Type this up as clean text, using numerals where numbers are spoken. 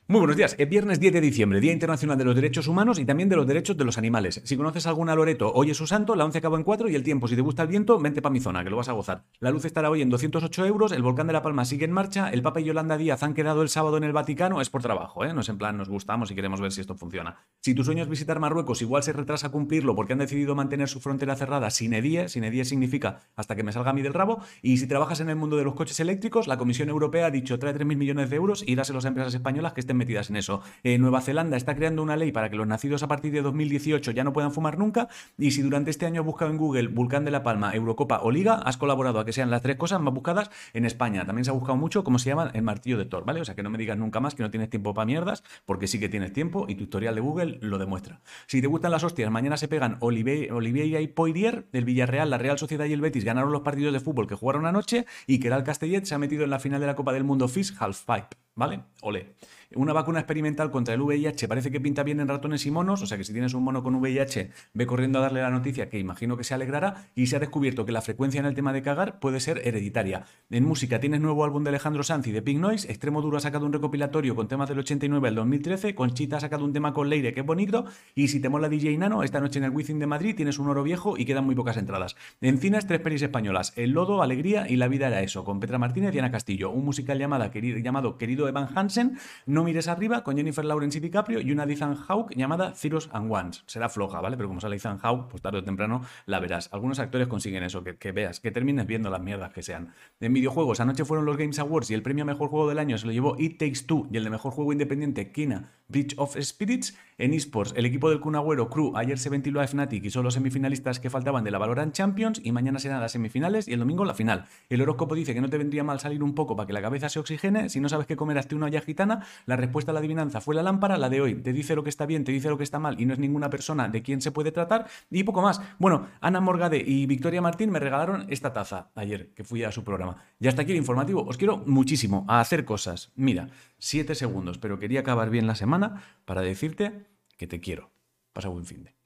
Muy buenos días. Es viernes 10 de diciembre, Día Internacional de los Derechos Humanos y también de los Derechos de los Animales. Si conoces alguna Loreto, hoy es su santo, la 11 acabó en 4 y el tiempo, si te gusta el viento, vente pa' mi zona, que lo vas a gozar. La luz estará hoy en 208 euros, el volcán de La Palma sigue en marcha, el Papa y Yolanda Díaz han quedado el sábado en el Vaticano, es por trabajo, ¿eh? No es en plan, nos gustamos y queremos ver si esto funciona. Si tu sueño es visitar Marruecos, igual se retrasa cumplirlo porque han decidido mantener su frontera cerrada sin edie significa hasta que me salga a mí del rabo, y si trabajas en el mundo de los coches eléctricos, la Comisión Europea ha dicho trae 3.000 millones de euros y dáselos a empresas españolas que estén metidas en eso. Nueva Zelanda está creando una ley para que los nacidos a partir de 2018 ya no puedan fumar nunca, y si durante este año has buscado en Google Volcán de La Palma, Eurocopa o Liga, has colaborado a que sean las tres cosas más buscadas en España. También se ha buscado mucho cómo se llama el martillo de Thor, ¿vale? O sea, que no me digas nunca más que no tienes tiempo para mierdas, porque sí que tienes tiempo y tu historial de Google lo demuestra. Si te gustan las hostias, mañana se pegan Oliveira y Poirier, el Villarreal, la Real Sociedad y el Betis ganaron los partidos de fútbol que jugaron anoche, y que el Castellet se ha metido en la final de la Copa del Mundo FIS Halfpipe, ¿vale? Ole. Una vacuna experimental contra el VIH parece que pinta bien en ratones y monos, o sea que si tienes un mono con VIH, ve corriendo a darle la noticia, que imagino que se alegrará, y se ha descubierto que la frecuencia en el tema de cagar puede ser hereditaria. En música tienes nuevo álbum de Alejandro Sanz y de Pink Noise, Extremo Duro ha sacado un recopilatorio con temas del 89 al 2013, Conchita ha sacado un tema con Leire que es bonito, y si te mola DJ Nano, esta noche en el Wizzing de Madrid tienes un oro viejo y quedan muy pocas entradas. En cines, tres pelis españolas, El Lodo, Alegría y La vida era eso, con Petra Martínez y Ana Castillo, un musical llamado Querido Evan Hansen, No mires arriba, con Jennifer Lawrence y DiCaprio, y una de Ethan Hawke llamada Zeros and Ones. Será floja, ¿vale? Pero como sale Ethan Hawke, pues tarde o temprano la verás. Algunos actores consiguen eso, que veas, que termines viendo las mierdas que sean. En videojuegos, anoche fueron los Games Awards y el premio a mejor juego del año se lo llevó It Takes Two, y el de mejor juego independiente, Kena, Bridge of Spirits. En eSports, el equipo del Kun Agüero Crew ayer se ventiló a Fnatic y son los semifinalistas que faltaban de la Valorant Champions, y mañana serán las semifinales y el domingo la final. El horóscopo dice que no te vendría mal salir un poco para que la cabeza se oxigene. Si no sabes qué comer, hazte una olla gitana. La respuesta a la adivinanza fue la lámpara. La de hoy te dice lo que está bien, te dice lo que está mal y no es ninguna persona de quien se puede tratar, y poco más. Bueno, Ana Morgade y Victoria Martín me regalaron esta taza ayer que fui a su programa. Y hasta aquí el informativo. Os quiero muchísimo a hacer cosas. Mira, 7 segundos, pero quería acabar bien la semana para decirte que te quiero. Pasa buen fin de.